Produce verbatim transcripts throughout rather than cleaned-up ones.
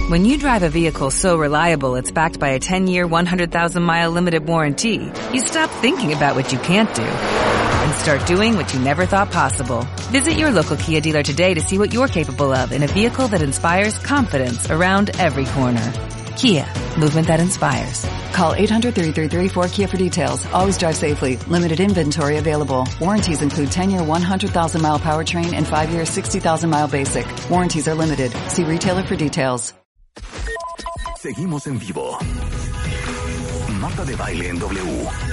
When you drive a vehicle so reliable it's backed by a ten-year, one hundred thousand mile limited warranty, you stop thinking about what you can't do and start doing what you never thought possible. Visit your local Kia dealer today to see what you're capable of in a vehicle that inspires confidence around every corner. Kia, movement that inspires. Call eight hundred, three three three, four K I A for details. Always drive safely. Limited inventory available. Warranties include ten-year, one hundred thousand mile powertrain and five-year, sixty thousand mile basic. Warranties are limited. See retailer for details. Seguimos en vivo. Marta de Baile en W.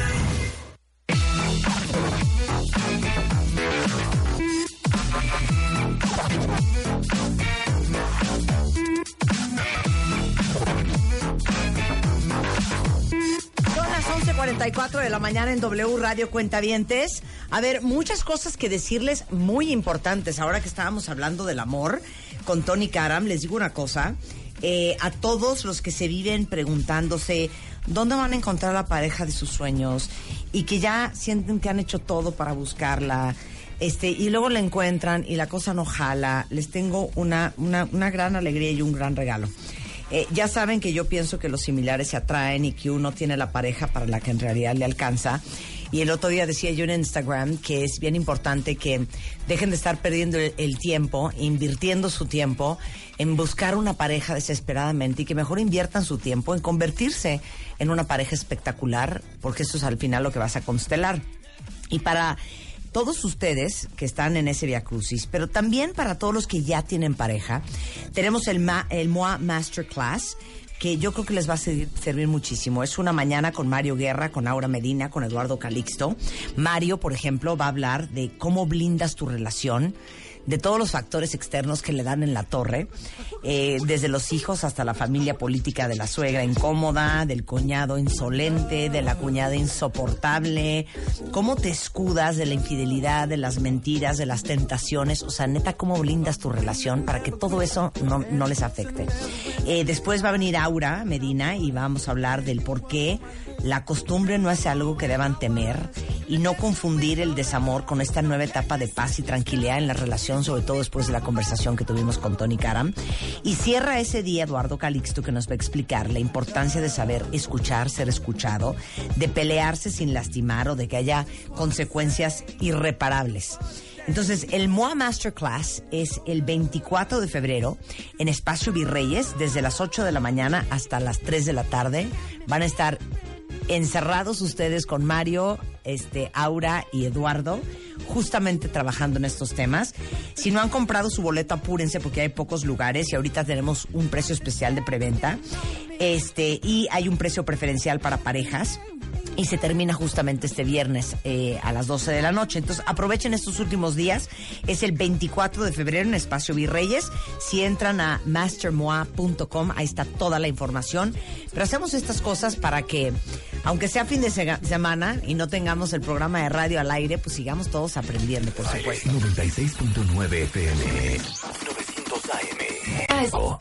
Son las once cuarenta y cuatro de la mañana en W Radio Cuentavientes. A ver, muchas cosas que decirles muy importantes. Ahora que estábamos hablando del amor con Tony Karam, les digo una cosa. Eh, a todos los que se viven preguntándose dónde van a encontrar la pareja de sus sueños y que ya sienten que han hecho todo para buscarla, este, y luego la encuentran y la cosa no jala, les tengo una, una, una gran alegría y un gran regalo. Eh, ya saben que yo pienso que los similares se atraen y que uno tiene la pareja para la que en realidad le alcanza. Y el otro día decía yo en Instagram que es bien importante que dejen de estar perdiendo el, el tiempo, invirtiendo su tiempo en buscar una pareja desesperadamente y que mejor inviertan su tiempo en convertirse en una pareja espectacular, porque eso es al final lo que vas a constelar. Y para todos ustedes que están en ese viacrucis, pero también para todos los que ya tienen pareja, tenemos el, Ma, el M O A Masterclass, que yo creo que les va a servir, servir muchísimo. Es una mañana con Mario Guerra, con Aura Medina, con Eduardo Calixto. Mario, por ejemplo, va a hablar de cómo blindas tu relación, de todos los factores externos que le dan en la torre, eh, desde los hijos hasta la familia política de la suegra incómoda, del cuñado insolente, de la cuñada insoportable, cómo te escudas de la infidelidad, de las mentiras, de las tentaciones, o sea, neta, cómo blindas tu relación para que todo eso no, no les afecte. Eh, después va a venir Aura Medina y vamos a hablar del por qué la costumbre no es algo que deban temer y no confundir el desamor con esta nueva etapa de paz y tranquilidad en la relación, sobre todo después de la conversación que tuvimos con Tony Karam. Y cierra ese día Eduardo Calixto, que nos va a explicar la importancia de saber escuchar, ser escuchado, de pelearse sin lastimar o de que haya consecuencias irreparables. Entonces, el M O A Masterclass es el veinticuatro de febrero en Espacio Virreyes, desde las ocho de la mañana hasta las tres de la tarde. Van a estar encerrados ustedes con Mario, este, Aura y Eduardo, justamente trabajando en estos temas. Si no han comprado su boleto, apúrense porque hay pocos lugares y ahorita tenemos un precio especial de preventa. Este, y hay un precio preferencial para parejas. Y se termina justamente este viernes eh, a las doce de la noche. Entonces aprovechen estos últimos días. Es el veinticuatro de febrero en Espacio Virreyes. Si entran a master moa punto com, ahí está toda la información. Pero hacemos estas cosas para que, aunque sea fin de se- semana y no tengamos el programa de radio al aire, pues sigamos todos aprendiendo, por supuesto. noventa y seis punto nueve F M, novecientos A M. Oh.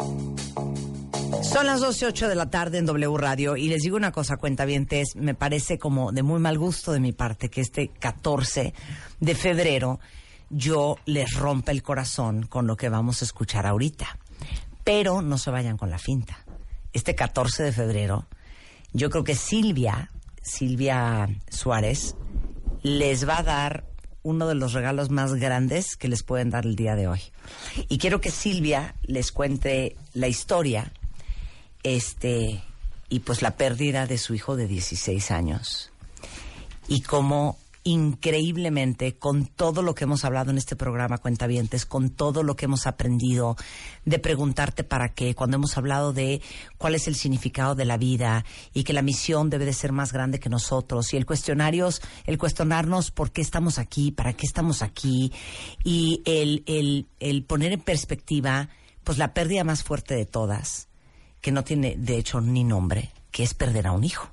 Son las doce ocho de la tarde en W Radio y les digo una cosa, cuentavientes, me parece como de muy mal gusto de mi parte que este catorce de febrero yo les rompa el corazón con lo que vamos a escuchar ahorita. Pero no se vayan con la finta. Este catorce de febrero yo creo que Silvia, Silvia Suárez, les va a dar uno de los regalos más grandes que les pueden dar el día de hoy. Y quiero que Silvia les cuente la historia Este, y pues la pérdida de su hijo de dieciséis años. Y cómo increíblemente, con todo lo que hemos hablado en este programa, cuentavientes, con todo lo que hemos aprendido de preguntarte para qué, cuando hemos hablado de cuál es el significado de la vida y que la misión debe de ser más grande que nosotros, y el cuestionarios, el cuestionarnos por qué estamos aquí, para qué estamos aquí, y el, el, el poner en perspectiva pues la pérdida más fuerte de todas, que no tiene, de hecho, ni nombre, que es perder a un hijo.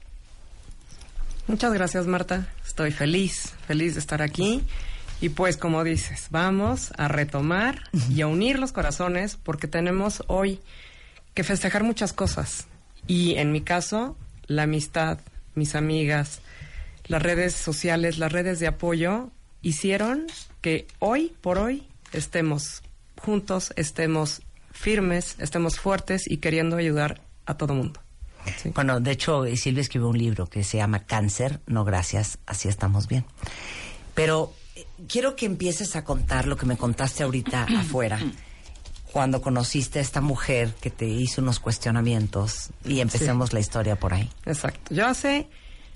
Muchas gracias, Marta. Estoy feliz, feliz de estar aquí. Y pues, como dices, vamos a retomar y a unir los corazones porque tenemos hoy que festejar muchas cosas. Y en mi caso, la amistad, mis amigas, las redes sociales, las redes de apoyo, hicieron que hoy por hoy estemos juntos, estemos firmes, estemos fuertes y queriendo ayudar a todo mundo. Sí. Bueno, de hecho, Silvia escribió un libro que se llama Cáncer, no gracias, así estamos bien. Pero eh, quiero que empieces a contar lo que me contaste ahorita afuera, cuando conociste a esta mujer que te hizo unos cuestionamientos y empecemos sí. la historia por ahí. Exacto. Yo hace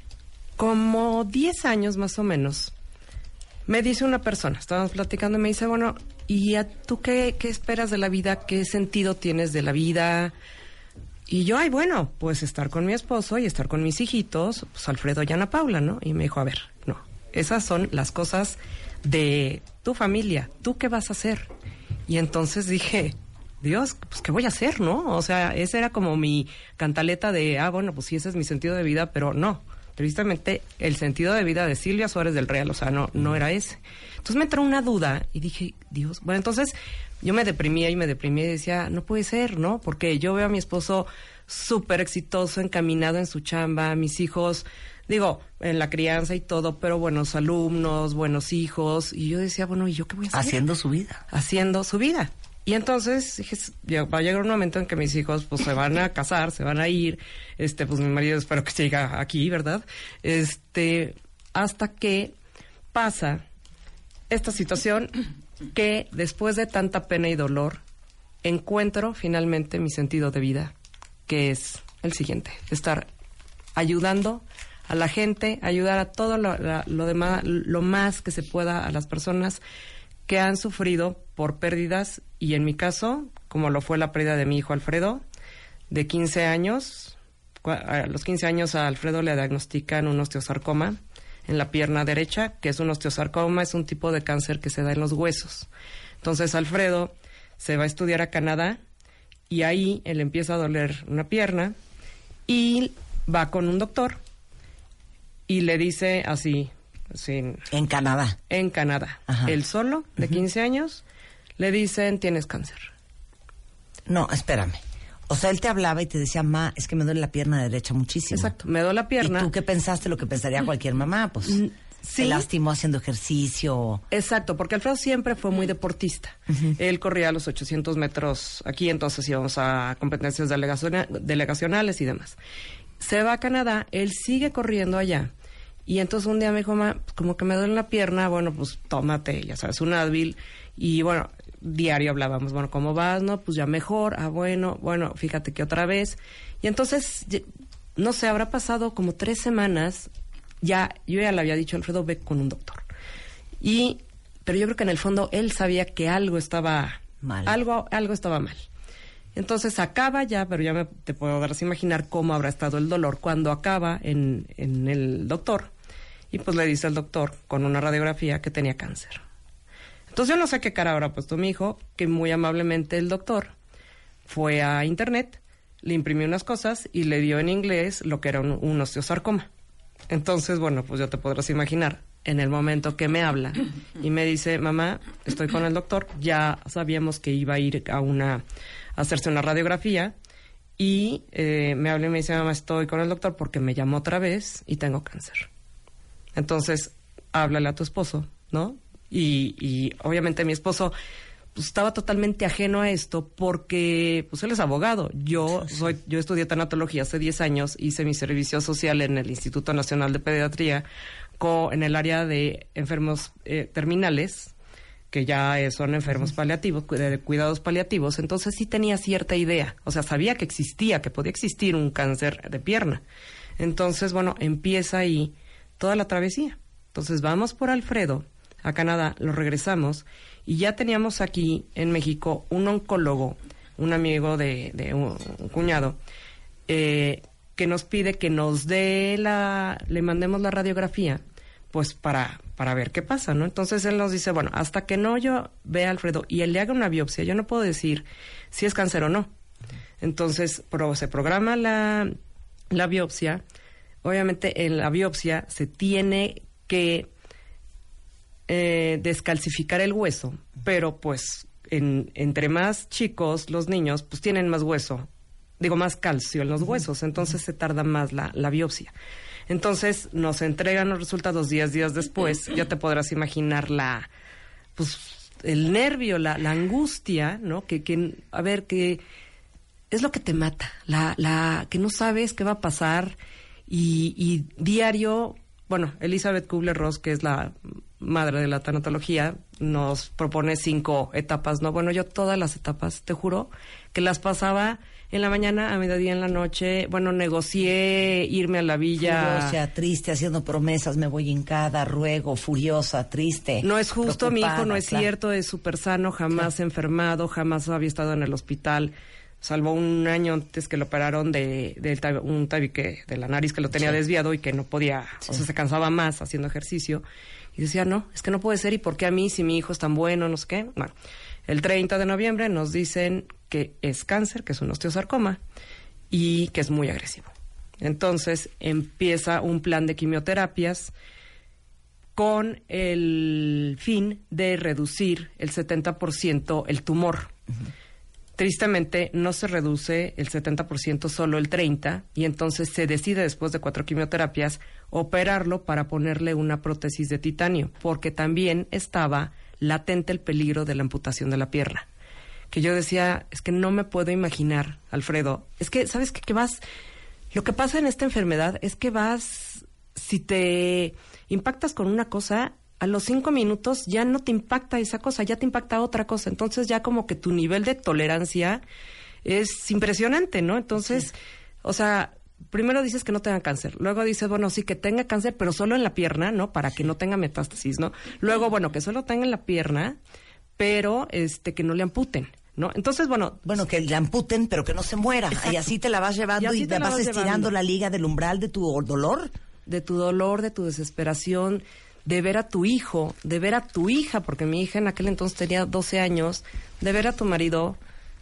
como diez años más o menos, me dice una persona, estábamos platicando y me dice, bueno, ¿y a tú qué, qué esperas de la vida? ¿Qué sentido tienes de la vida? Y yo, ay, bueno, pues estar con mi esposo y estar con mis hijitos, pues Alfredo y Ana Paula, ¿no? Y me dijo, a ver, no, esas son las cosas de tu familia, ¿tú qué vas a hacer? Y entonces dije, Dios, pues ¿qué voy a hacer, no? O sea, esa era como mi cantaleta de, ah, bueno, pues sí, ese es mi sentido de vida, pero no. Tristemente, el sentido de vida de Silvia Suárez del Real, o sea, no, no era ese. Entonces me entró una duda y dije, Dios, bueno, entonces yo me deprimía y me deprimía y decía, no puede ser, ¿no? Porque yo veo a mi esposo súper exitoso, encaminado en su chamba, mis hijos, digo, en la crianza y todo, pero buenos alumnos, buenos hijos, y yo decía, bueno, ¿y yo qué voy a hacer? Haciendo su vida. Haciendo su vida. Y entonces dije, va a llegar un momento en que mis hijos pues se van a casar, se van a ir, este, pues mi marido espero que llegue aquí, ¿verdad? Este, hasta que pasa esta situación que después de tanta pena y dolor encuentro finalmente mi sentido de vida, que es el siguiente, estar ayudando a la gente, ayudar a todo lo, lo, lo demás, lo más que se pueda a las personas que han sufrido por pérdidas, y en mi caso, como lo fue la pérdida de mi hijo Alfredo, de quince años, a los quince años a Alfredo le diagnostican un osteosarcoma en la pierna derecha, que es un osteosarcoma, es un tipo de cáncer que se da en los huesos. Entonces Alfredo se va a estudiar a Canadá, y ahí él empieza a doler una pierna, y va con un doctor, y le dice así... Sin, en Canadá. En Canadá. Ajá. Él solo, de uh-huh. quince años, le dicen, tienes cáncer. No, espérame. O sea, él te hablaba y te decía, ma, es que me duele la pierna derecha muchísimo. Exacto, me duele la pierna. ¿Y tú qué pensaste? Lo que pensaría cualquier mamá, pues, sí. Se lastimó haciendo ejercicio. Exacto, porque Alfredo siempre fue muy deportista. Uh-huh. Él corría los ochocientos metros aquí, entonces íbamos a competencias delegaciona- delegacionales y demás. Se va a Canadá, él sigue corriendo allá. Y entonces un día me dijo, ma, como que me duele la pierna, bueno, pues tómate, ya sabes, un Advil. Y bueno, diario hablábamos, bueno, ¿cómo vas? No, pues ya mejor, ah, bueno, bueno, fíjate que otra vez. Y entonces, no sé, habrá pasado como tres semanas, ya, yo ya le había dicho a Alfredo, ve con un doctor. Y, pero yo creo que en el fondo él sabía que algo estaba mal. Algo, algo estaba mal. Entonces acaba ya, pero ya me, te puedo dar a imaginar cómo habrá estado el dolor cuando acaba en, en el doctor. Y pues le dice al doctor, con una radiografía, que tenía cáncer. Entonces yo no sé qué cara habrá puesto mi hijo, que muy amablemente el doctor fue a internet, le imprimió unas cosas y le dio en inglés lo que era un, un osteosarcoma. Entonces, bueno, pues ya te podrás imaginar, en el momento que me habla y me dice, mamá, estoy con el doctor, ya sabíamos que iba a ir a una... a hacerse una radiografía, y eh, me habla y me dice, mamá, estoy con el doctor porque me llamó otra vez y tengo cáncer. Entonces, háblale a tu esposo, ¿no? Y, y obviamente mi esposo pues, estaba totalmente ajeno a esto porque pues él es abogado. Yo soy, yo estudié tanatología hace diez años, hice mi servicio social en el Instituto Nacional de Pediatría co, en el área de enfermos eh, terminales, que ya son enfermos paliativos, de cuidados paliativos. Entonces sí tenía cierta idea, o sea, sabía que existía, que podía existir un cáncer de pierna. Entonces, bueno, empieza ahí toda la travesía. Entonces vamos por Alfredo a Canadá, lo regresamos, y ya teníamos aquí en México un oncólogo, un amigo de, de un, un cuñado, eh, que nos pide que nos dé la, le mandemos la radiografía, pues para, para ver qué pasa, ¿no? Entonces él nos dice, bueno, hasta que no yo vea a Alfredo y él le haga una biopsia, yo no puedo decir si es cáncer o no. Entonces pro, se programa la, la biopsia. Obviamente en la biopsia se tiene que eh, descalcificar el hueso, pero pues en, entre más chicos los niños, pues tienen más hueso, digo más calcio en los huesos, entonces se tarda más la, la biopsia. Entonces nos entregan los resultados diez días después, ya te podrás imaginar la, pues el nervio, la, la angustia, ¿no? Que, que, a ver, que es lo que te mata, la, la, que no sabes qué va a pasar y, y diario, bueno, Elizabeth Kubler-Ross, que es la madre de la tanatología, nos propone cinco etapas, ¿no? Bueno, yo todas las etapas, te juro, que las pasaba en la mañana, a mediodía, en la noche. Bueno, negocié irme a la villa. Furiosa, triste, haciendo promesas, me voy hincada, ruego, furiosa, triste. No es justo, mi hijo no es claro. cierto, es súper sano, jamás claro. enfermado, jamás había estado en el hospital, salvo un año antes que lo operaron de, de tab- un tabique de la nariz que lo tenía sí. desviado y que no podía, sí. o sea, se cansaba más haciendo ejercicio. Y decía, no, es que no puede ser, ¿y por qué a mí si mi hijo es tan bueno, no sé qué? Bueno, el treinta de noviembre nos dicen que es cáncer, que es un osteosarcoma y que es muy agresivo. Entonces empieza un plan de quimioterapias con el fin de reducir el setenta por ciento el tumor. Uh-huh. Tristemente no se reduce el setenta por ciento, solo el treinta por ciento, y entonces se decide después de cuatro quimioterapias operarlo para ponerle una prótesis de titanio, porque también estaba latente el peligro de la amputación de la pierna. Que yo decía, es que no me puedo imaginar, Alfredo, es que, ¿sabes qué? Que vas, lo que pasa en esta enfermedad es que vas, si te impactas con una cosa, a los cinco minutos ya no te impacta esa cosa, ya te impacta otra cosa. Entonces ya como que tu nivel de tolerancia es impresionante, ¿no? Entonces, sí. o sea, primero dices que no tenga cáncer, luego dices, bueno, sí, que tenga cáncer, pero solo en la pierna, ¿no? Para que no tenga metástasis, ¿no? Luego, bueno, que solo tenga en la pierna, pero este que no le amputen, ¿no? Entonces, bueno... Bueno, que le amputen, pero que no se muera. Exacto. Y así te la vas llevando y, y te vas, vas estirando llevando. La liga del umbral de tu dolor. De tu dolor, de tu desesperación, de ver a tu hijo, de ver a tu hija, porque mi hija en aquel entonces tenía doce años, de ver a tu marido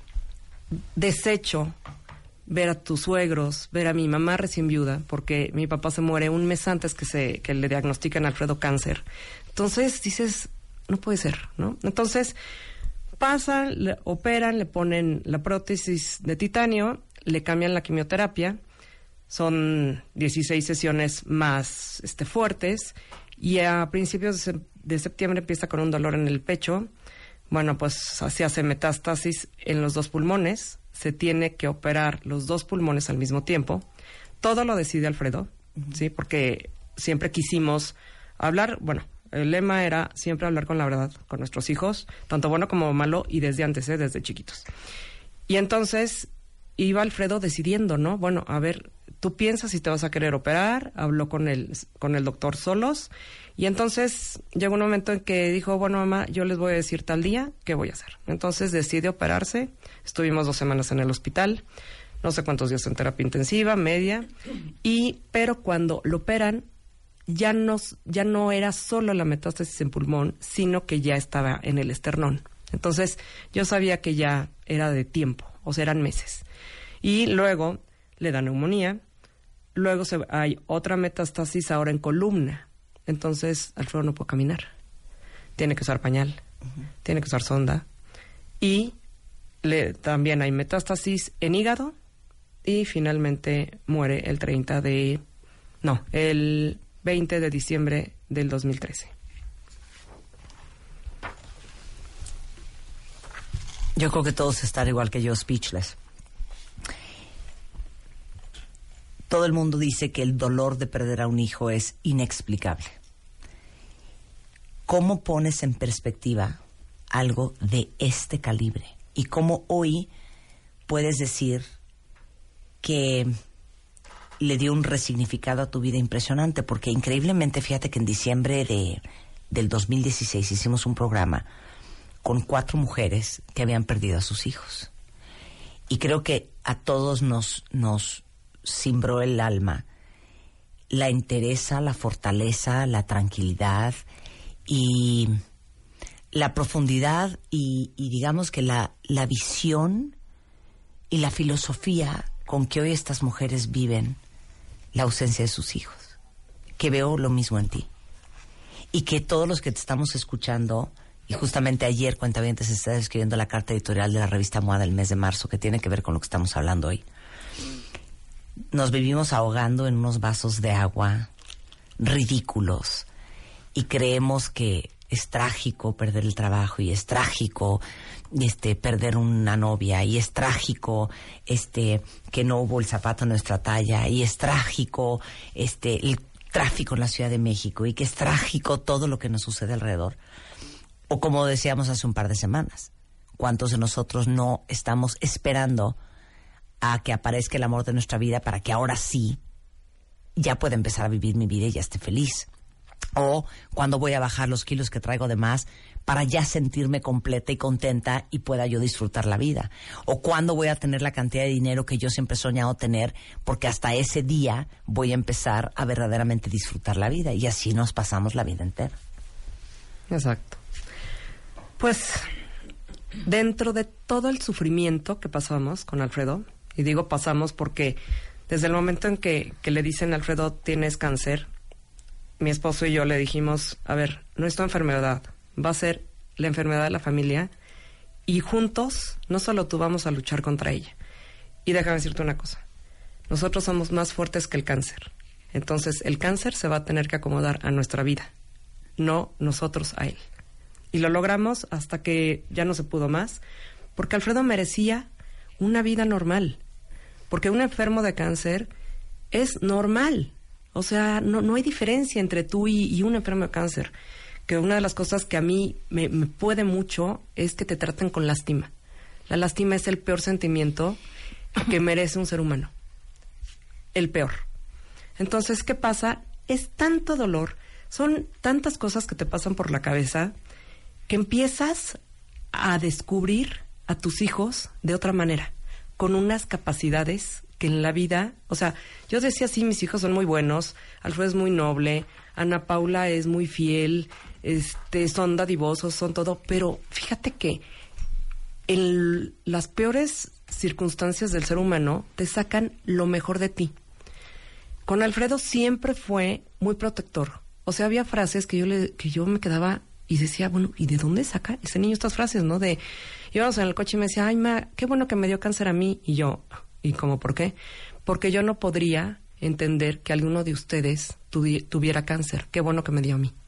deshecho, ver a tus suegros, ver a mi mamá recién viuda, porque mi papá se muere un mes antes que se que le diagnostican a Alfredo cáncer. Entonces dices, no puede ser, ¿no? Entonces pasan, le operan, le ponen la prótesis de titanio, le cambian la quimioterapia, son dieciséis sesiones más este, fuertes, y a principios de, de septiembre empieza con un dolor en el pecho. Bueno, pues se hace metástasis en los dos pulmones, se tiene que operar los dos pulmones al mismo tiempo. Todo lo decide Alfredo, uh-huh. ¿sí? Porque siempre quisimos hablar, bueno, el lema era siempre hablar con la verdad con nuestros hijos, tanto bueno como malo, y desde antes, ¿eh? Desde chiquitos. Y entonces iba Alfredo decidiendo, ¿no? Bueno, a ver, tú piensas si te vas a querer operar, habló con el, con el doctor solos, y entonces llegó un momento en que dijo, bueno, mamá, yo les voy a decir tal día qué voy a hacer. Entonces decide operarse, estuvimos dos semanas en el hospital, no sé cuántos días en terapia intensiva, media, y pero cuando lo operan, ya no, ya no era solo la metástasis en pulmón, sino que ya estaba en el esternón. Entonces yo sabía que ya era de tiempo, o sea, eran meses. Y luego le da neumonía, luego se, hay otra metástasis ahora en columna. Entonces Alfredo no puede caminar, tiene que usar pañal, uh-huh. tiene que usar sonda, y le, también hay metástasis en hígado, y finalmente muere el treinta de... no, el veinte de diciembre del dos mil trece. Yo creo que todos están igual que yo, speechless. Todo el mundo dice que el dolor de perder a un hijo es inexplicable. ¿Cómo pones en perspectiva algo de este calibre? Y cómo hoy puedes decir que le dio un resignificado a tu vida impresionante, porque increíblemente, fíjate que en diciembre de, del dos mil dieciséis hicimos un programa con cuatro mujeres que habían perdido a sus hijos. Y creo que a todos nos, nos cimbró el alma la entereza, la fortaleza, la tranquilidad y la profundidad y, y digamos que la, la visión y la filosofía con que hoy estas mujeres viven la ausencia de sus hijos, que veo lo mismo en ti, y que todos los que te estamos escuchando, y justamente ayer Cuentavientes está escribiendo la carta editorial de la revista MOA del mes de marzo, que tiene que ver con lo que estamos hablando hoy, nos vivimos ahogando en unos vasos de agua ridículos y creemos que es trágico perder el trabajo y es trágico este perder una novia y es trágico este que no hubo el zapato en nuestra talla y es trágico este el tráfico en la Ciudad de México y que es trágico todo lo que nos sucede alrededor. O como decíamos hace un par de semanas, ¿cuántos de nosotros no estamos esperando a que aparezca el amor de nuestra vida para que ahora sí ya pueda empezar a vivir mi vida y ya esté feliz? O cuando voy a bajar los kilos que traigo de más para ya sentirme completa y contenta y pueda yo disfrutar la vida. O cuando voy a tener la cantidad de dinero que yo siempre he soñado tener, porque hasta ese día voy a empezar a verdaderamente disfrutar la vida. Y así nos pasamos la vida entera. Exacto. Pues dentro de todo el sufrimiento que pasamos con Alfredo, y digo pasamos porque desde el momento en que, que le dicen a Alfredo tienes cáncer, mi esposo y yo le dijimos, a ver, no es tu enfermedad, va a ser la enfermedad de la familia y juntos, no solo tú, vamos a luchar contra ella. Y déjame decirte una cosa, nosotros somos más fuertes que el cáncer. Entonces el cáncer se va a tener que acomodar a nuestra vida, no nosotros a él. Y lo logramos hasta que ya no se pudo más, porque Alfredo merecía una vida normal, porque un enfermo de cáncer es normal. O sea, no, no hay diferencia entre tú y, y un enfermo de cáncer. Que una de las cosas que a mí me, me puede mucho es que te traten con lástima. La lástima es el peor sentimiento que merece un ser humano. El peor. Entonces, ¿qué pasa? Es tanto dolor, son tantas cosas que te pasan por la cabeza que empiezas a descubrir a tus hijos de otra manera, con unas capacidades que en la vida, o sea, yo decía, sí, mis hijos son muy buenos, Alfredo es muy noble, Ana Paula es muy fiel, este, son dadivosos, son todo, pero fíjate que en las peores circunstancias del ser humano te sacan lo mejor de ti. Con Alfredo siempre fue muy protector, o sea, había frases que yo le, que yo me quedaba y decía, bueno, ¿y de dónde saca ese niño estas frases, no? De, íbamos en el coche y me decía, ay, ma, qué bueno que me dio cáncer a mí, y yo... ¿Y cómo por qué? Porque yo no podría entender que alguno de ustedes tuvi- tuviera cáncer. Qué bueno que me dio a mí.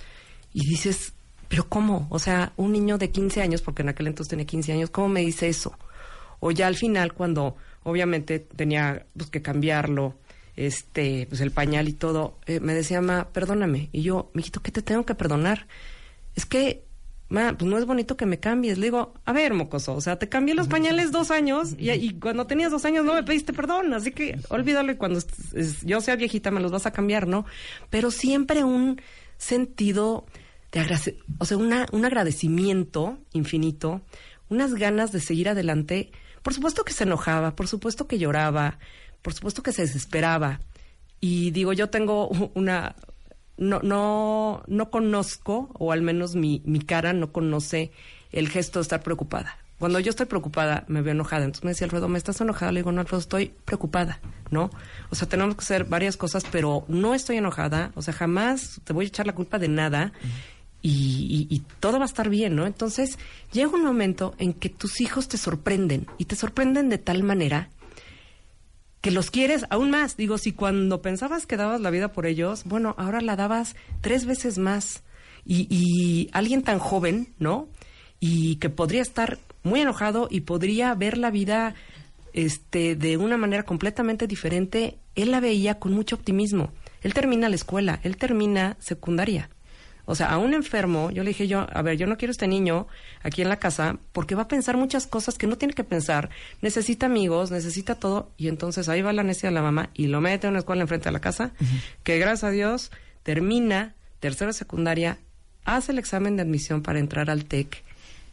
Y dices, ¿pero cómo? O sea, un niño de quince años, porque en aquel entonces tenía quince años, ¿cómo me dice eso? O ya al final, cuando obviamente tenía pues, que cambiarlo, este, pues el pañal y todo, eh, me decía, ma, perdóname. Y yo, mijito, ¿qué te tengo que perdonar? Es que... Ma, pues no es bonito que me cambies. Le digo, a ver, mocoso, o sea, te cambié los pañales dos años y, y cuando tenías dos años no me pediste perdón, así que olvídalo y cuando es, es, yo sea viejita me los vas a cambiar, ¿no? Pero siempre un sentido de agrade- o sea, una, un agradecimiento infinito, unas ganas de seguir adelante. Por supuesto que se enojaba, por supuesto que lloraba, por supuesto que se desesperaba. Y digo, yo tengo una... No, no, no conozco, o al menos mi, mi cara no conoce el gesto de estar preocupada. Cuando yo estoy preocupada, me veo enojada. Entonces me decía Alfredo, ¿me estás enojada? Le digo, no, Alfredo, estoy preocupada, ¿no? O sea, tenemos que hacer varias cosas, pero no estoy enojada. O sea, jamás te voy a echar la culpa de nada y, y, y todo va a estar bien, ¿no? Entonces, llega un momento en que tus hijos te sorprenden y te sorprenden de tal manera que los quieres aún más. Digo, si cuando pensabas que dabas la vida por ellos, bueno, ahora la dabas tres veces más. Y, y alguien tan joven, ¿no? Y que podría estar muy enojado y podría ver la vida este, de una manera completamente diferente, él la veía con mucho optimismo. Él termina la escuela, él termina secundaria. O sea, a un enfermo, yo le dije yo, a ver, yo no quiero este niño aquí en la casa porque va a pensar muchas cosas que no tiene que pensar. Necesita amigos, necesita todo. Y entonces ahí va la necia de la mamá y lo mete a una escuela enfrente de la casa, uh-huh. que gracias a Dios termina tercera secundaria, hace el examen de admisión para entrar al TEC,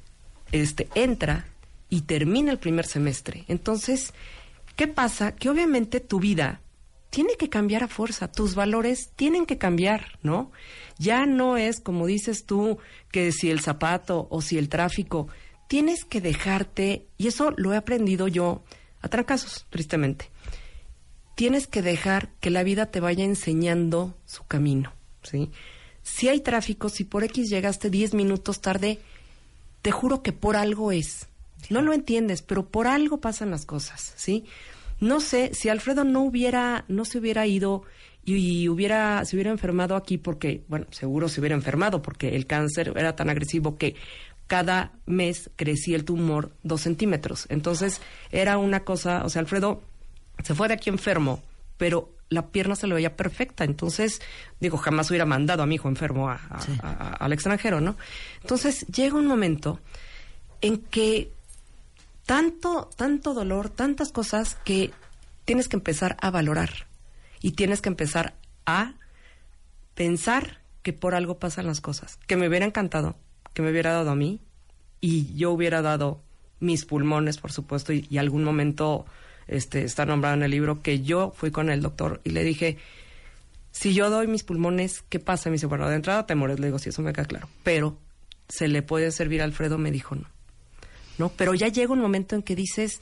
este, entra y termina el primer semestre. Entonces, ¿qué pasa? Que obviamente tu vida tiene que cambiar a fuerza, tus valores tienen que cambiar, ¿no? Ya no es, como dices tú, que si el zapato o si el tráfico, tienes que dejarte, y eso lo he aprendido yo a trancazos, tristemente. Tienes que dejar que la vida te vaya enseñando su camino, ¿sí? Si hay tráfico, si por X llegaste diez minutos tarde, te juro que por algo es. No lo entiendes, pero por algo pasan las cosas, ¿sí? no sé si Alfredo no hubiera, no se hubiera ido y, y hubiera, se hubiera enfermado aquí porque, bueno, seguro se hubiera enfermado porque el cáncer era tan agresivo que cada mes crecía el tumor dos centímetros. Entonces, era una cosa, o sea, Alfredo se fue de aquí enfermo, pero la pierna se le veía perfecta. Entonces, digo, jamás hubiera mandado a mi hijo enfermo a, a, sí. a, a, al extranjero, ¿no? Entonces, llega un momento en que tanto, tanto dolor, tantas cosas que tienes que empezar a valorar y tienes que empezar a pensar que por algo pasan las cosas. Que me hubiera encantado que me hubiera dado a mí y yo hubiera dado mis pulmones, por supuesto, y, y algún momento este, está nombrado en el libro que yo fui con el doctor y le dije, si yo doy mis pulmones, ¿qué pasa? Me dice, bueno, de entrada te mueres. Le digo, sí, eso me queda claro. Pero, ¿se le puede servir a Alfredo? Me dijo, no. ¿No? Pero ya llega un momento en que dices,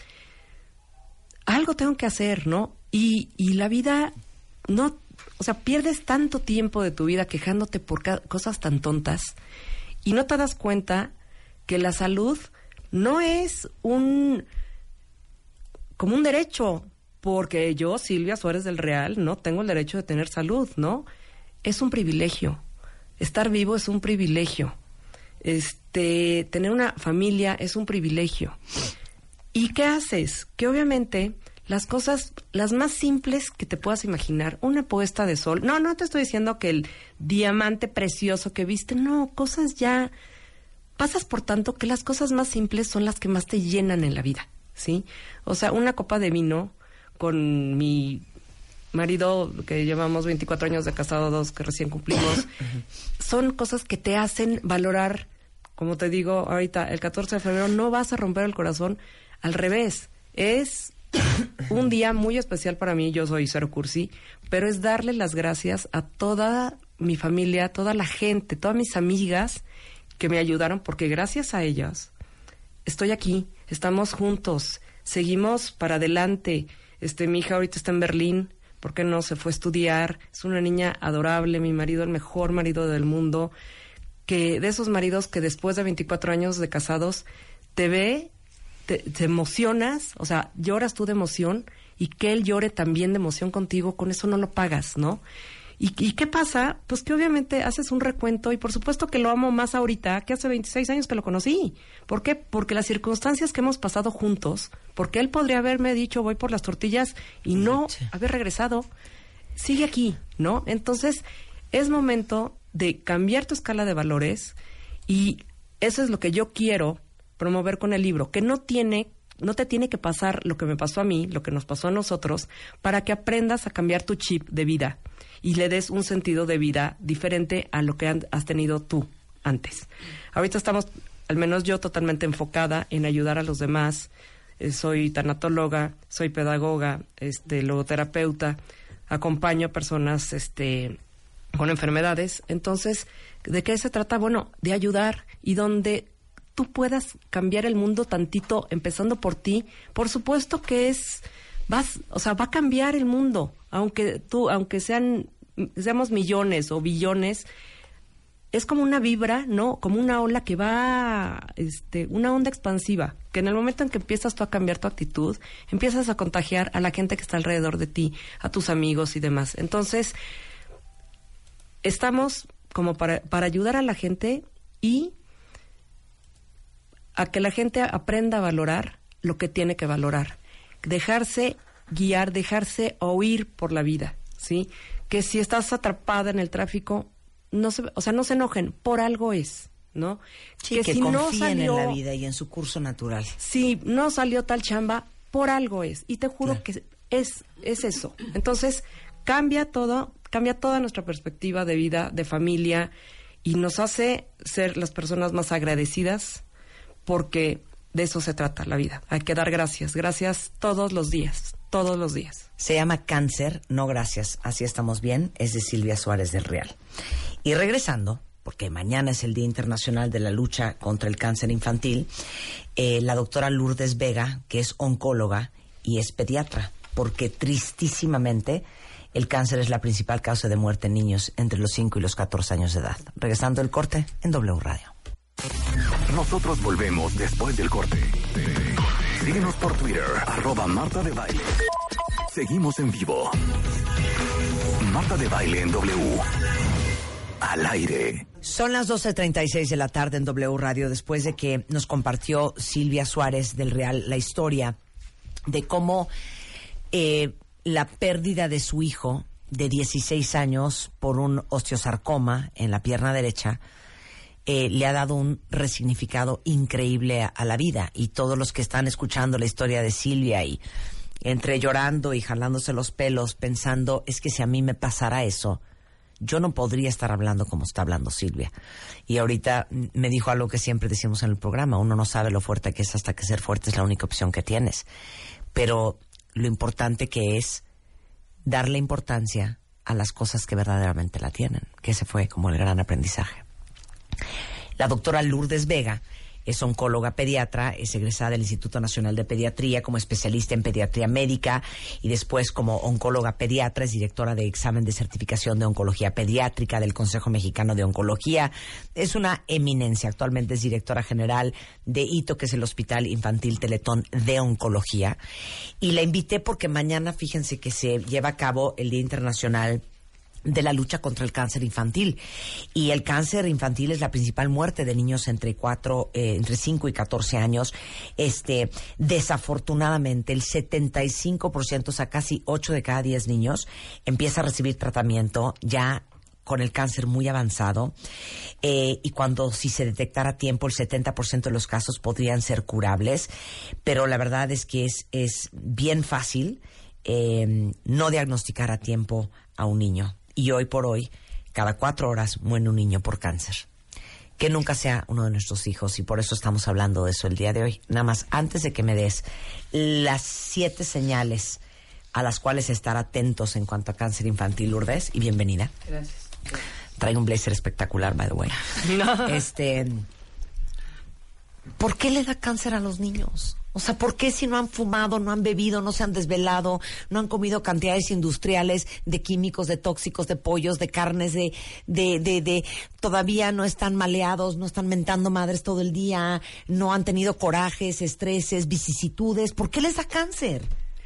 algo tengo que hacer, ¿no? Y, y la vida, no, o sea, pierdes tanto tiempo de tu vida quejándote por ca- cosas tan tontas y no te das cuenta que la salud no es un, como un derecho, porque yo, Silvia Suárez del Real, no tengo el derecho de tener salud, ¿no? Es un privilegio. Estar vivo es un privilegio. Este, tener una familia es un privilegio. ¿Y qué haces? Que obviamente las cosas, las más simples que te puedas imaginar, una puesta de sol, no, no te estoy diciendo que el diamante precioso que viste, no, cosas ya, pasas por tanto que las cosas más simples son las que más te llenan en la vida, ¿sí? O sea, una copa de vino con mi marido, que llevamos veinticuatro años de casado, dos que recién cumplimos, son cosas que te hacen valorar. Como te digo ahorita, el catorce de febrero no vas a romper el corazón, al revés, es un día muy especial para mí, yo soy cero cursi, pero es darle las gracias a toda mi familia, toda la gente, todas mis amigas que me ayudaron, porque gracias a ellas estoy aquí, estamos juntos, seguimos para adelante. Este, mi hija ahorita está en Berlín, ¿por qué no? Se fue a estudiar, es una niña adorable, mi marido, el mejor marido del mundo, que de esos maridos que después de veinticuatro años de casados te ve, te, te emocionas, o sea, lloras tú de emoción y que él llore también de emoción contigo, con eso no lo pagas, ¿no? ¿Y, y qué pasa? Pues que obviamente haces un recuento y por supuesto que lo amo más ahorita que hace veintiséis años que lo conocí. ¿Por qué? Porque las circunstancias que hemos pasado juntos, porque él podría haberme dicho voy por las tortillas y no haber regresado, sigue aquí, ¿no? Entonces es momento de cambiar tu escala de valores y eso es lo que yo quiero promover con el libro, que no tiene, no te tiene que pasar lo que me pasó a mí, lo que nos pasó a nosotros, para que aprendas a cambiar tu chip de vida y le des un sentido de vida diferente a lo que han, has tenido tú antes. Ahorita estamos, al menos yo, totalmente enfocada en ayudar a los demás. Eh, soy tanatóloga, soy pedagoga, este, logoterapeuta, acompaño a personas, este, con enfermedades. Entonces, ¿de qué se trata? Bueno, de ayudar y donde tú puedas cambiar el mundo tantito, empezando por ti. Por supuesto que es, vas, o sea, va a cambiar el mundo, aunque tú, aunque sean, seamos millones o billones, es como una vibra, ¿no? Como una ola que va, este, una onda expansiva, que en el momento en que empiezas tú a cambiar tu actitud, empiezas a contagiar a la gente que está alrededor de ti, a tus amigos y demás. Entonces, estamos como para, para ayudar a la gente y a que la gente aprenda a valorar lo que tiene que valorar. Dejarse guiar, dejarse oír por la vida, ¿sí? Que si estás atrapada en el tráfico, no se, o sea, no se enojen, por algo es, ¿no? Sí, que, que si confíen no salió, en la vida y en su curso natural. Si no salió tal chamba, por algo es. Y te juro claro. que es, es eso. Entonces, cambia todo, cambia toda nuestra perspectiva de vida, de familia, y nos hace ser las personas más agradecidas, porque de eso se trata la vida. Hay que dar gracias, gracias todos los días, todos los días. Se llama Cáncer, no gracias, así estamos bien, es de Silvia Suárez del Real. Y regresando, porque mañana es el Día Internacional de la Lucha contra el Cáncer Infantil, eh, la doctora Lourdes Vega, que es oncóloga y es pediatra, porque tristísimamente el cáncer es la principal causa de muerte en niños entre los cinco y los catorce años de edad. Regresando el corte en W Radio. Nosotros volvemos después del corte. Síguenos por Twitter, arroba Marta de Baile. Seguimos en vivo. Marta de Baile en W. Al aire. Son las doce treinta y seis de la tarde en W Radio, después de que nos compartió Silvia Suárez del Real la historia de cómo eh, la pérdida de su hijo de dieciséis años por un osteosarcoma en la pierna derecha eh, le ha dado un resignificado increíble a, a la vida. Y todos los que están escuchando la historia de Silvia y entre llorando y jalándose los pelos pensando, es que si a mí me pasara eso, yo no podría estar hablando como está hablando Silvia. Y ahorita me dijo algo que siempre decimos en el programa: uno no sabe lo fuerte que es hasta que ser fuerte es la única opción que tienes. Pero lo importante que es darle importancia a las cosas que verdaderamente la tienen, que ese fue como el gran aprendizaje. La doctora Lourdes Vega es oncóloga pediatra, es egresada del Instituto Nacional de Pediatría como especialista en pediatría médica y después como oncóloga pediatra es directora de examen de certificación de oncología pediátrica del Consejo Mexicano de Oncología. Es una eminencia. Actualmente es directora general de I T O, que es el Hospital Infantil Teletón de Oncología. Y la invité porque mañana, fíjense que se lleva a cabo el Día Internacional de la lucha contra el cáncer infantil. Y el cáncer infantil es la principal muerte de niños entre cuatro, eh, entre cinco y catorce años. Este, desafortunadamente, el setenta y cinco por ciento, o sea, casi ocho de cada diez niños, empieza a recibir tratamiento ya con el cáncer muy avanzado. Eh, y cuando, si se detectara a tiempo, el setenta por ciento de los casos podrían ser curables. Pero la verdad es que es, es bien fácil eh, no diagnosticar a tiempo a un niño. Y hoy por hoy, cada cuatro horas muere un niño por cáncer. Que nunca sea uno de nuestros hijos, y por eso estamos hablando de eso el día de hoy. Nada más, antes de que me des las siete señales a las cuales estar atentos en cuanto a cáncer infantil, Lourdes, y bienvenida. Gracias. Traigo un blazer espectacular, by the way. No. Este, ¿por qué le da cáncer a los niños? O sea, ¿por qué si no han fumado, no han bebido, no se han desvelado, no han comido cantidades industriales de químicos, de tóxicos, de pollos, de carnes, de, de, de, de, todavía no están maleados, no están mentando madres todo el día, no han tenido corajes, estreses, vicisitudes? ¿Por qué les da cáncer?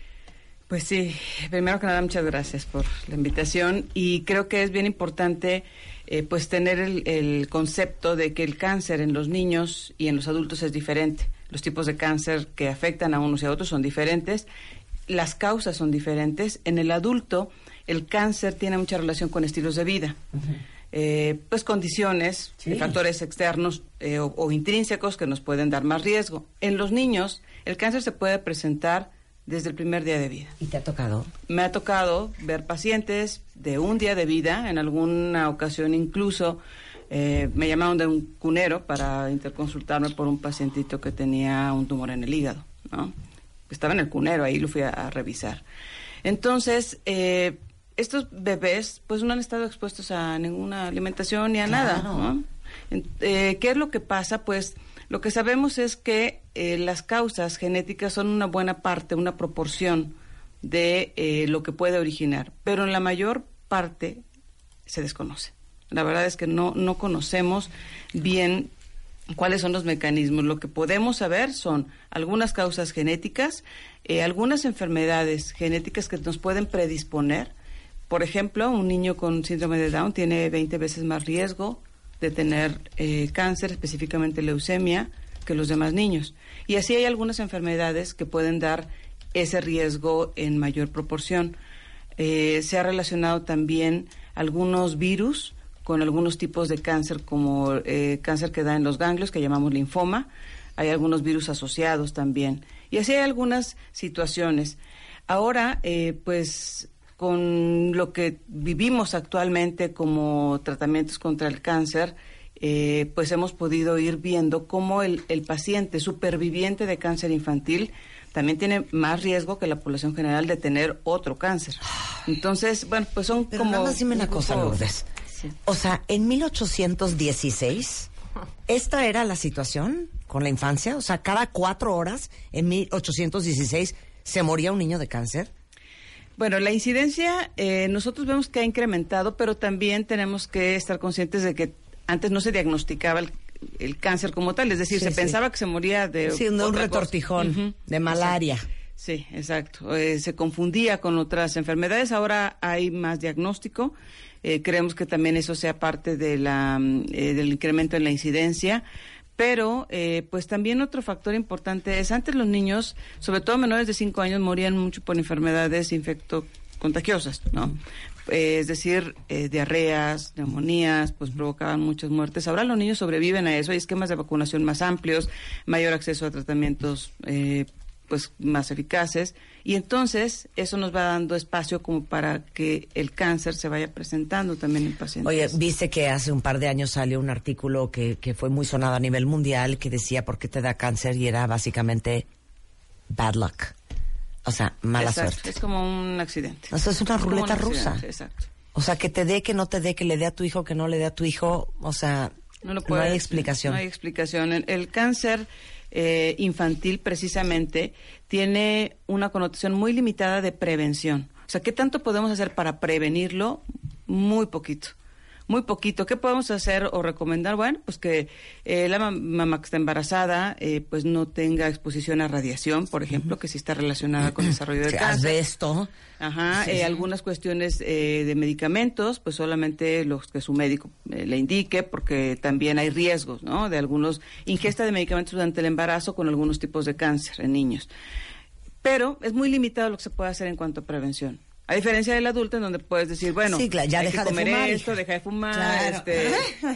Pues sí, primero que nada, muchas gracias por la invitación, y creo que es bien importante eh, pues tener el, el concepto de que el cáncer en los niños y en los adultos es diferente. Los tipos de cáncer que afectan a unos y a otros son diferentes, las causas son diferentes. En el adulto, el cáncer tiene mucha relación con estilos de vida, uh-huh. eh, pues condiciones, sí. factores externos eh, o, o intrínsecos que nos pueden dar más riesgo. En los niños, el cáncer se puede presentar desde el primer día de vida. ¿Y te ha tocado? Me ha tocado ver pacientes de un día de vida, en alguna ocasión incluso eh, me llamaron de un cunero para interconsultarme por un pacientito que tenía un tumor en el hígado, ¿no? Estaba en el cunero, ahí lo fui a, a revisar. Entonces, eh, estos bebés pues no han estado expuestos a ninguna alimentación ni a claro. nada, ¿no? Eh, ¿Qué es lo que pasa? Pues lo que sabemos es que eh, las causas genéticas son una buena parte, una proporción de eh, lo que puede originar, pero en la mayor parte se desconoce. La verdad es que no, no conocemos bien cuáles son los mecanismos. Lo que podemos saber son algunas causas genéticas, eh, algunas enfermedades genéticas que nos pueden predisponer. Por ejemplo, un niño con síndrome de Down tiene veinte veces más riesgo de tener eh, cáncer, específicamente leucemia, que los demás niños. Y así hay algunas enfermedades que pueden dar ese riesgo en mayor proporción. Eh, se ha relacionado también algunos virus con algunos tipos de cáncer, como eh, cáncer que da en los ganglios, que llamamos linfoma. Hay algunos virus asociados también. Y así hay algunas situaciones. Ahora, eh, pues, con lo que vivimos actualmente como tratamientos contra el cáncer, eh, pues hemos podido ir viendo cómo el, el paciente superviviente de cáncer infantil también tiene más riesgo que la población general de tener otro cáncer. Entonces, bueno, pues son Pero como... nada más dime una un cosa, grupo... Lourdes. Sí. O sea, en mil ochocientos dieciséis, ¿esta era la situación con la infancia? O sea, cada cuatro horas, en mil ochocientos dieciséis, ¿se moría un niño de cáncer? Bueno, la incidencia eh, nosotros vemos que ha incrementado, pero también tenemos que estar conscientes de que antes no se diagnosticaba el, el cáncer como tal, es decir, Sí, se sí. pensaba que se moría de... Sí, de un otra retortijón, cosa. Uh-huh. de malaria. Sí, exacto. Eh, se confundía con otras enfermedades. Ahora hay más diagnóstico. Eh, creemos que también eso sea parte de la, eh, del incremento en la incidencia. Pero, eh, pues también otro factor importante es, antes los niños, sobre todo menores de cinco años, morían mucho por enfermedades infectocontagiosas, ¿no? Eh, es decir, eh, diarreas, neumonías, pues provocaban muchas muertes. Ahora los niños sobreviven a eso, hay esquemas de vacunación más amplios, mayor acceso a tratamientos eh, pues más eficaces, y entonces eso nos va dando espacio como para que el cáncer se vaya presentando también en pacientes. Oye, viste que hace un par de años salió un artículo que, que fue muy sonado a nivel mundial que decía por qué te da cáncer, y era básicamente bad luck, o sea, mala Exacto, suerte. es como un accidente. O sea, es una Es como ruleta un rusa. accidente, exacto. O sea, que te dé, que no te dé, que le dé a tu hijo, que no le dé a tu hijo, o sea, No, lo no puede hay decir, explicación. No hay explicación. El, el cáncer eh, infantil, precisamente, tiene una connotación muy limitada de prevención. O sea, ¿qué tanto podemos hacer para prevenirlo? Muy poquito. Muy poquito. ¿Qué podemos hacer o recomendar? Bueno, pues que eh, la mam- mamá que está embarazada eh, pues no tenga exposición a radiación, por ejemplo, uh-huh. que sí está relacionada con el desarrollo del Sí, cáncer. asbesto. Ajá, Sí, eh, sí. algunas cuestiones eh, de medicamentos, pues solamente los que su médico eh, le indique, porque también hay riesgos, ¿no? De algunos, ingesta de medicamentos durante el embarazo con algunos tipos de cáncer en niños. Pero es muy limitado lo que se puede hacer en cuanto a prevención. A diferencia del adulto, en donde puedes decir, bueno, Sí, claro, ya hay deja que de comer fumar, esto, hija. deja de fumar, Claro. este...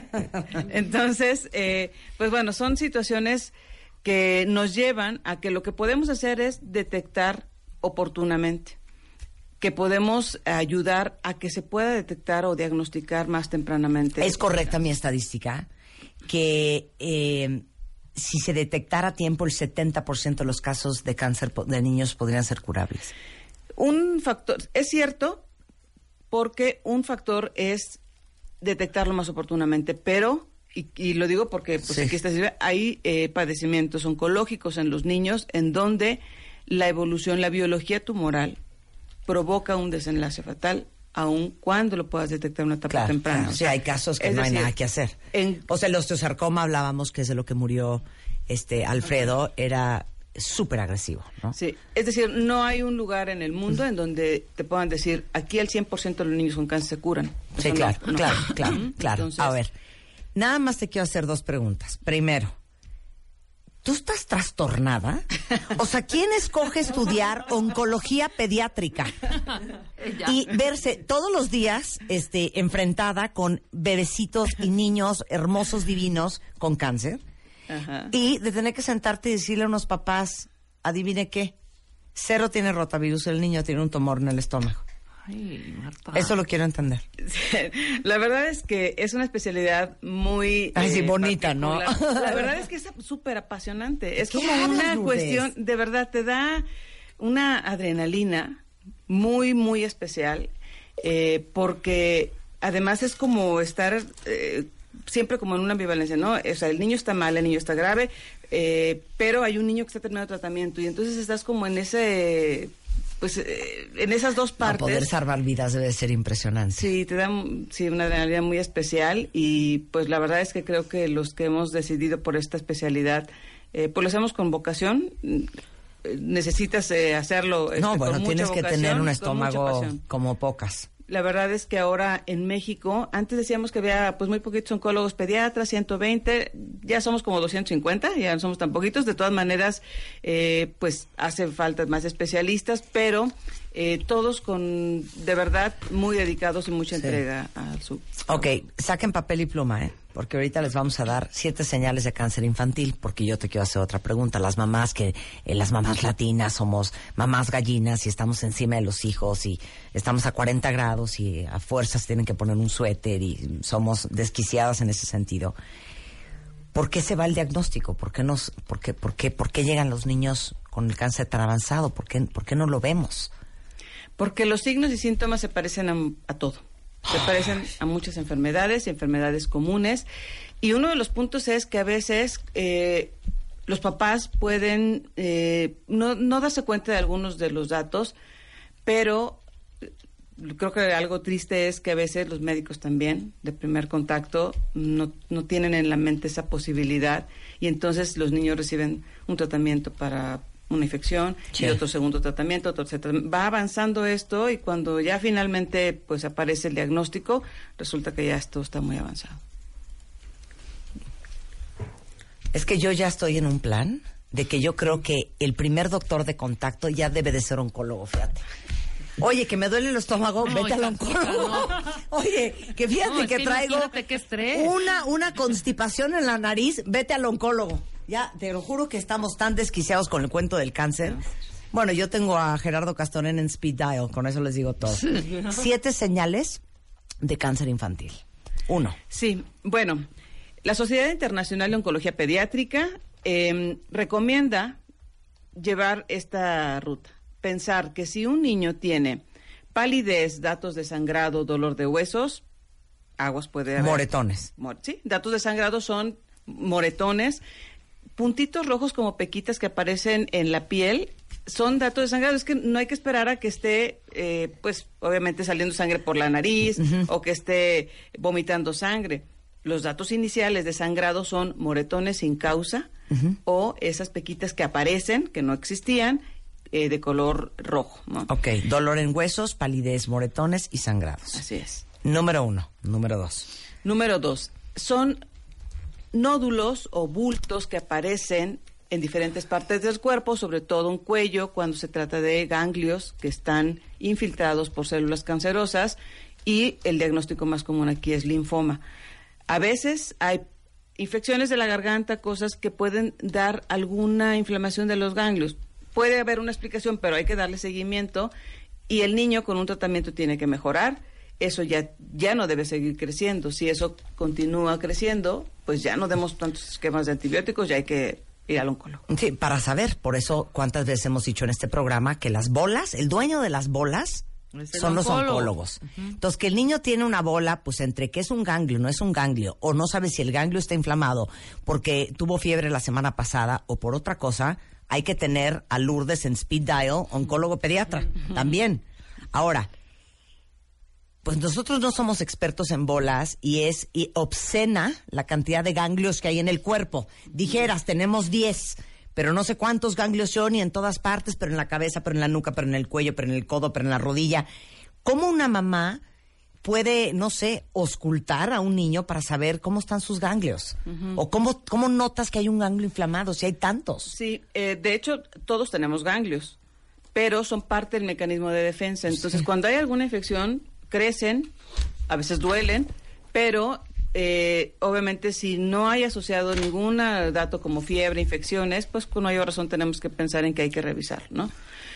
Entonces, eh, pues bueno, son situaciones que nos llevan a que lo que podemos hacer es detectar oportunamente, que podemos ayudar a que se pueda detectar o diagnosticar más tempranamente. Es correcta mi estadística, que eh, si se detectara a tiempo, el setenta por ciento de los casos de cáncer po- de niños podrían ser curables. Un factor, es cierto, porque un factor es detectarlo más oportunamente, pero, y, y lo digo porque pues, Sí. aquí está, hay eh, padecimientos oncológicos en los niños en donde la evolución, la biología tumoral provoca un desenlace fatal, aun cuando lo puedas detectar en una etapa Claro, temprana. claro. Sí, hay casos que Es no hay decir, nada que hacer. en- O sea, el osteosarcoma, hablábamos que es de lo que murió este Alfredo, era súper agresivo, ¿no? Sí, es decir, no hay un lugar en el mundo en donde te puedan decir, aquí el cien por ciento de los niños con cáncer se curan. Sí, Eso claro, no, no. claro, claro, Ujú. claro. Entonces, A ver, nada más te quiero hacer dos preguntas. Primero, ¿tú estás trastornada? O sea, ¿quién escoge estudiar oncología pediátrica y verse todos los días este, enfrentada con bebecitos y niños hermosos, divinos, con cáncer? Ajá. Y de tener que sentarte y decirle a unos papás, adivine qué, cero tiene rotavirus, el niño tiene un tumor en el estómago. Ay, Marta. Eso lo quiero entender. La verdad es que es una especialidad muy... Ay, sí, bonita, ¿no? particular. La verdad es que es súper apasionante. Es ¿Qué como hablas, una Lourdes? cuestión, de verdad, te da una adrenalina muy, muy especial, eh, porque además es como estar... Eh, siempre como en una ambivalencia, ¿no? O sea, el niño está mal, el niño está grave, eh, pero hay un niño que está terminando tratamiento y entonces estás como en ese... Pues eh, en esas dos No, partes... poder salvar vidas debe ser impresionante. Sí, te da sí, una adrenalina muy especial y pues la verdad es que creo que los que hemos decidido por esta especialidad, eh, pues lo hacemos con vocación. Eh, Necesitas eh, hacerlo este, No, con bueno, mucha tienes que vocación, tener un con mucha estómago pasión. como pocas. La verdad es que ahora en México, antes decíamos que había pues muy poquitos oncólogos pediatras, ciento veinte, ya somos como doscientos cincuenta, ya no somos tan poquitos. De todas maneras, eh, pues hacen falta más especialistas, pero eh, todos con, de verdad, muy dedicados y mucha Sí. entrega a su... Ok, saquen papel y pluma, ¿eh? Porque ahorita les vamos a dar siete señales de cáncer infantil, porque yo te quiero hacer otra pregunta. Las mamás que, eh, las mamás latinas somos mamás gallinas y estamos encima de los hijos y estamos a cuarenta grados y a fuerzas tienen que poner un suéter y somos desquiciadas en ese sentido. ¿Por qué se va el diagnóstico? ¿Por qué, nos, por qué, por qué, por qué llegan los niños con el cáncer tan avanzado? ¿Por qué, por qué no lo vemos? Porque los signos y síntomas se parecen a, a todo. Se parecen a muchas enfermedades y enfermedades comunes. Y uno de los puntos es que a veces eh, los papás pueden eh, no, no darse cuenta de algunos de los datos, pero creo que algo triste es que a veces los médicos también, de primer contacto, no, no tienen en la mente esa posibilidad y entonces los niños reciben un tratamiento para una infección, sí. y otro segundo tratamiento, otro etcétera. Va avanzando esto y cuando ya finalmente pues aparece el diagnóstico, resulta que ya esto está muy avanzado. Es que yo ya estoy en un plan de que yo creo que el primer doctor de contacto ya debe de ser oncólogo, fíjate. Oye, que me duele el estómago, no, vete al oncólogo. No. Oye, que fíjate no, que, que traigo qué estrés. una una constipación en la nariz, vete al oncólogo. Ya, te lo juro que estamos tan desquiciados con el cuento del cáncer. Bueno, yo tengo a Gerardo Castorén en Speed Dial, con eso les digo todo. Siete señales de cáncer infantil. Uno. Sí, bueno, la Sociedad Internacional de Oncología Pediátrica eh, recomienda llevar esta ruta. Pensar que si un niño tiene palidez, datos de sangrado, dolor de huesos, aguas puede haber. Moretones. Mor- sí, datos de sangrado son moretones, puntitos rojos como pequitas que aparecen en la piel, son datos de sangrado. Es que no hay que esperar a que esté, eh, pues, obviamente saliendo sangre por la nariz, uh-huh, o que esté vomitando sangre. Los datos iniciales de sangrado son moretones sin causa, uh-huh, o esas pequitas que aparecen, que no existían, Eh, de color rojo, ¿no? Ok, dolor en huesos, palidez, moretones y sangrados. Así es. Número uno. Número dos. Número dos, son nódulos o bultos que aparecen en diferentes partes del cuerpo, sobre todo en cuello, cuando se trata de ganglios que están infiltrados por células cancerosas, y el diagnóstico más común aquí es linfoma. A veces hay infecciones de la garganta, cosas que pueden dar alguna inflamación de los ganglios. Puede haber una explicación, pero hay que darle seguimiento, y el niño con un tratamiento tiene que mejorar. Eso ya, ya no debe seguir creciendo. Si eso continúa creciendo, pues ya no demos tantos esquemas de antibióticos, ya hay que ir al oncólogo. Sí, para saber. Por eso, cuántas veces hemos dicho en este programa que las bolas, el dueño de las bolas son los oncólogos. Uh-huh. Entonces, que el niño tiene una bola, pues entre que es un ganglio, no es un ganglio, o no sabe si el ganglio está inflamado porque tuvo fiebre la semana pasada o por otra cosa, hay que tener a Lourdes en Speed Dial, oncólogo pediatra, uh-huh, también. Ahora, pues nosotros no somos expertos en bolas y es y obscena la cantidad de ganglios que hay en el cuerpo. Dijeras, tenemos diez, pero no sé cuántos ganglios son y en todas partes, pero en la cabeza, pero en la nuca, pero en el cuello, pero en el codo, pero en la rodilla. ¿Cómo una mamá puede, no sé, auscultar a un niño para saber cómo están sus ganglios? Uh-huh. O cómo, cómo notas que hay un ganglio inflamado, si hay tantos. Sí, eh, de hecho, todos tenemos ganglios, pero son parte del mecanismo de defensa. Entonces, sí, cuando hay alguna infección, crecen, a veces duelen, pero eh, obviamente si no hay asociado ningún dato como fiebre, infecciones, pues con mayor razón tenemos que pensar en que hay que revisar, ¿no?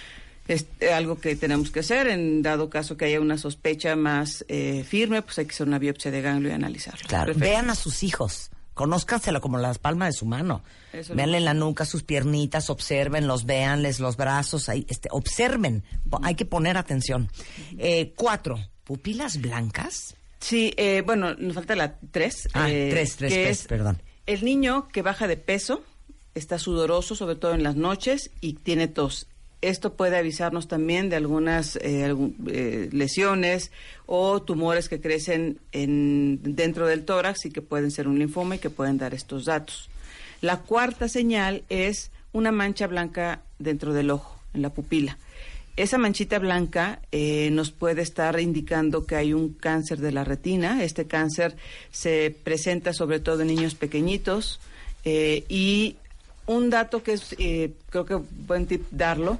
Es algo que tenemos que hacer. En dado caso que haya una sospecha más eh, firme, pues hay que hacer una biopsia de ganglio y analizarlo. Claro. Perfecto. Vean a sus hijos, conózcanselo como las palmas de su mano. Eso. Véanle en la nuca sus piernitas, obsérvenlos, véanles los brazos, ahí, este, observen, uh-huh, hay que poner atención. Eh, cuatro, pupilas blancas. Sí, eh, bueno, nos falta la tres. Ah, eh, tres, tres, que tres, es perdón. El niño que baja de peso, está sudoroso, sobre todo en las noches, y tiene tos. Esto puede avisarnos también de algunas eh, algún, eh, lesiones o tumores que crecen en, dentro del tórax y que pueden ser un linfoma y que pueden dar estos datos. La cuarta señal es una mancha blanca dentro del ojo, en la pupila. Esa manchita blanca eh, nos puede estar indicando que hay un cáncer de la retina. Este cáncer se presenta sobre todo en niños pequeñitos eh, y un dato que es, eh, creo que buen tip darlo,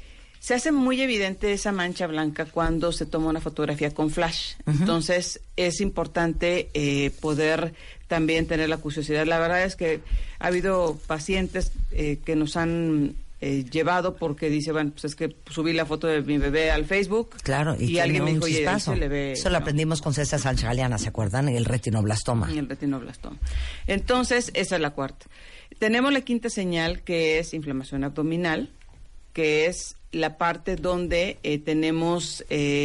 se hace muy evidente esa mancha blanca cuando se toma una fotografía con flash. Uh-huh. Entonces, es importante eh, poder también tener la curiosidad. La verdad es que ha habido pacientes eh, que nos han eh, llevado porque dice, bueno, pues es que subí la foto de mi bebé al Facebook. Claro, y, y alguien me dijo, oye, ahí se le ve. Eso lo no. aprendimos con César Sánchez Galeana, ¿se acuerdan? En el retinoblastoma. En el retinoblastoma. Entonces, esa es la cuarta. Tenemos la quinta señal, que es inflamación abdominal, que es la parte donde eh, tenemos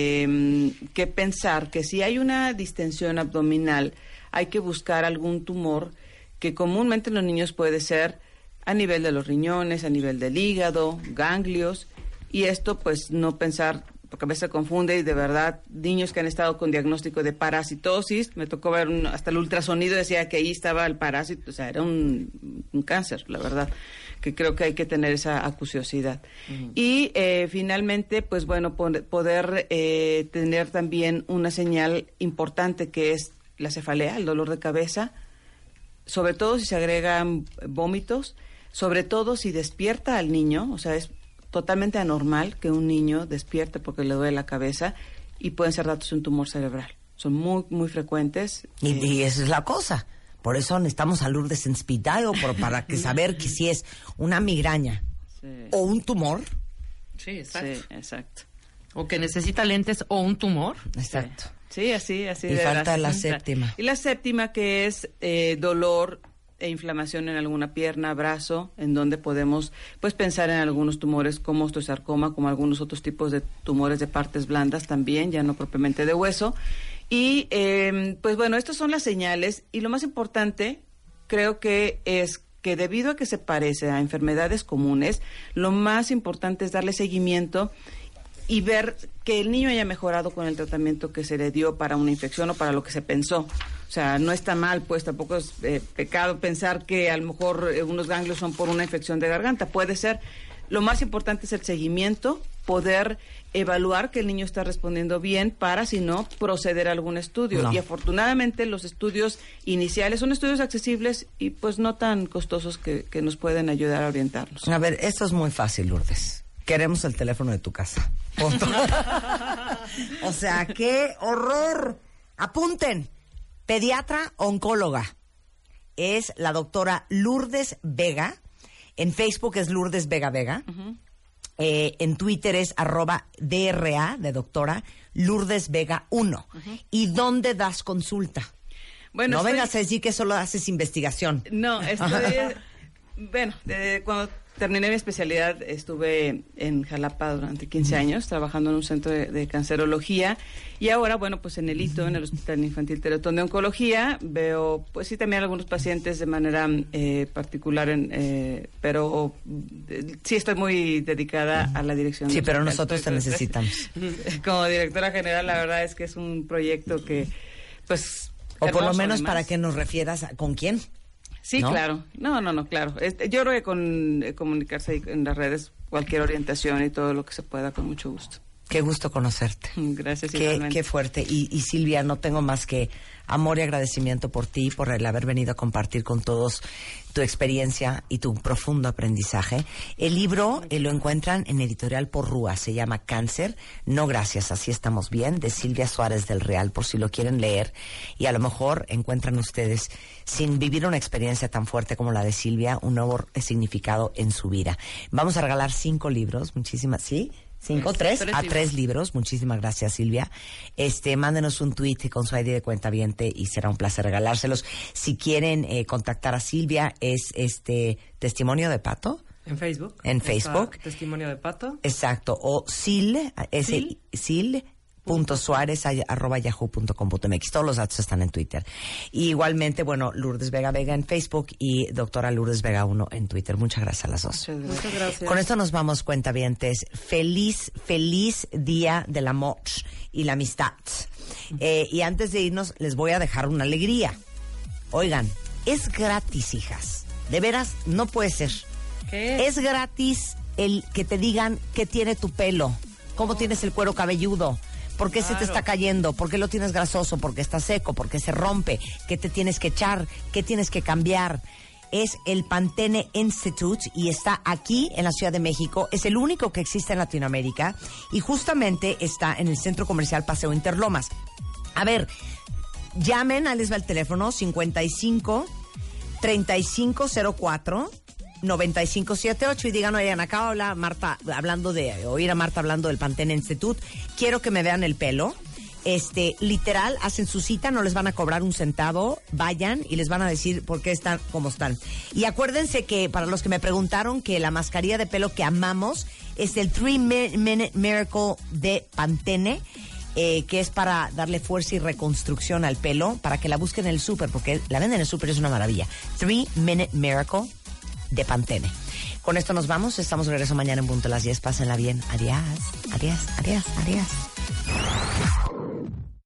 eh, que pensar que si hay una distensión abdominal, hay que buscar algún tumor que comúnmente en los niños puede ser a nivel de los riñones, a nivel del hígado, ganglios, y esto pues no pensar, porque a veces se confunde, y de verdad, niños que han estado con diagnóstico de parasitosis, me tocó ver un, hasta el ultrasonido decía que ahí estaba el parásito, o sea, era un, un cáncer, la verdad, que creo que hay que tener esa acuciosidad. Uh-huh. Y eh, finalmente, pues bueno, poder eh, tener también una señal importante que es la cefalea, el dolor de cabeza, sobre todo si se agregan vómitos, sobre todo si despierta al niño, o sea, es totalmente anormal que un niño despierte porque le duele la cabeza, y pueden ser datos de un tumor cerebral. Son muy, muy frecuentes. Y, eh, y esa es la cosa. Por eso necesitamos a Lourdes en Spidayo, por, para que saber que si es una migraña sí. o un tumor. Sí, exacto. Sí, exacto. O que necesita lentes o un tumor. Exacto. Sí, así, así. Y de falta la, la séptima. Y la séptima, que es eh, dolor e inflamación en alguna pierna, brazo, en donde podemos pues pensar en algunos tumores como osteosarcoma, como algunos otros tipos de tumores de partes blandas también, ya no propiamente de hueso. Y eh, pues bueno, estas son las señales, y lo más importante creo que es que debido a que se parece a enfermedades comunes, lo más importante es darle seguimiento y ver que el niño haya mejorado con el tratamiento que se le dio para una infección o para lo que se pensó. O sea, no está mal, pues tampoco es eh, pecado pensar que a lo mejor eh, unos ganglios son por una infección de garganta, puede ser. Lo más importante es el seguimiento, poder evaluar que el niño está respondiendo bien para, si no, proceder a algún estudio. No. Y afortunadamente los estudios iniciales son estudios accesibles y pues no tan costosos que, que nos pueden ayudar a orientarnos. A ver, esto es muy fácil, Lourdes. Queremos el teléfono de tu casa. O sea, qué horror. Apunten. Pediatra oncóloga. Es la doctora Lourdes Vega. En Facebook es Lourdes Vega Vega. Uh-huh. Eh, en Twitter es arroba D R A de doctora Lourdes Vega uno. Uh-huh. ¿Y dónde das consulta? Bueno, no estoy... vengas a decir que solo haces investigación. No, estoy... bueno, de, cuando terminé mi especialidad estuve en Jalapa durante quince años trabajando en un centro de, de cancerología, y ahora, bueno, pues en el I T O, en el Hospital Infantil Teletón de Oncología, veo, pues sí, también algunos pacientes de manera eh, particular, en, eh, pero eh, sí estoy muy dedicada a la dirección. Sí, pero nosotros te necesitamos. Como directora general, la verdad es que es un proyecto que, pues... O por lo menos además, para que nos refieras a, con quién. Sí, ¿no? Claro. No, no, no, claro. Este, yo creo que con eh, comunicarse en las redes, cualquier orientación y todo lo que se pueda, con mucho gusto. Qué gusto conocerte. Gracias, qué, igualmente. Qué fuerte. Y, y Silvia, no tengo más que amor y agradecimiento por ti, por el haber venido a compartir con todos tu experiencia y tu profundo aprendizaje. El libro eh, lo encuentran en Editorial Porrúa, se llama Cáncer, no gracias, así estamos bien, de Silvia Suárez del Real, por si lo quieren leer, y a lo mejor encuentran ustedes, sin vivir una experiencia tan fuerte como la de Silvia, un nuevo significado en su vida. Vamos a regalar cinco libros, muchísimas, ¿sí? Cinco, tres, tres a libros. tres libros. Muchísimas gracias, Silvia. Este, mándenos un tweet con su I D de cuentaviente y será un placer regalárselos. Si quieren eh, contactar a Silvia, es este Testimonio de Pato. En Facebook. En Facebook. Testimonio de Pato. Exacto. O sil, sil, sil punto suárez arroba yahoo punto com punto mx. Todos los datos están en Twitter. Y igualmente, bueno, Lourdes Vega Vega en Facebook y doctora Lourdes Vega uno en Twitter. Muchas gracias a las dos. Muchas gracias. Muchas gracias. Con esto nos vamos, cuentavientes. Feliz, feliz día del amor y la amistad. Eh, y antes de irnos, les voy a dejar una alegría. Oigan, es gratis, hijas. De veras, no puede ser. ¿Qué? Es gratis el que te digan qué tiene tu pelo, cómo oh. tienes el cuero cabelludo, ¿por qué claro. se te está cayendo? ¿Por qué lo tienes grasoso? ¿Por qué está seco? ¿Por qué se rompe? ¿Qué te tienes que echar? ¿Qué tienes que cambiar? Es el Pantene Institute y está aquí en la Ciudad de México. Es el único que existe en Latinoamérica y justamente está en el Centro Comercial Paseo Interlomas. A ver, llamen, ahí les va el teléfono, cincuenta y cinco, treinta y cinco cero cuatro, noventa y cinco setenta y ocho y digan, oigan, acabo de hablar Marta, hablando de, oír a Marta hablando del Pantene Institute, quiero que me vean el pelo. Este, literal, hacen su cita, no les van a cobrar un centavo, vayan y les van a decir por qué están como están. Y acuérdense que, para los que me preguntaron, que la mascarilla de pelo que amamos es el Three Minute Miracle de Pantene, eh, que es para darle fuerza y reconstrucción al pelo, para que la busquen en el súper, porque la venden en el súper, es una maravilla. Three Minute Miracle de Pantene. Con esto nos vamos, estamos de regreso mañana en punto a las diez, pásenla bien. Adiós, adiós, adiós, adiós.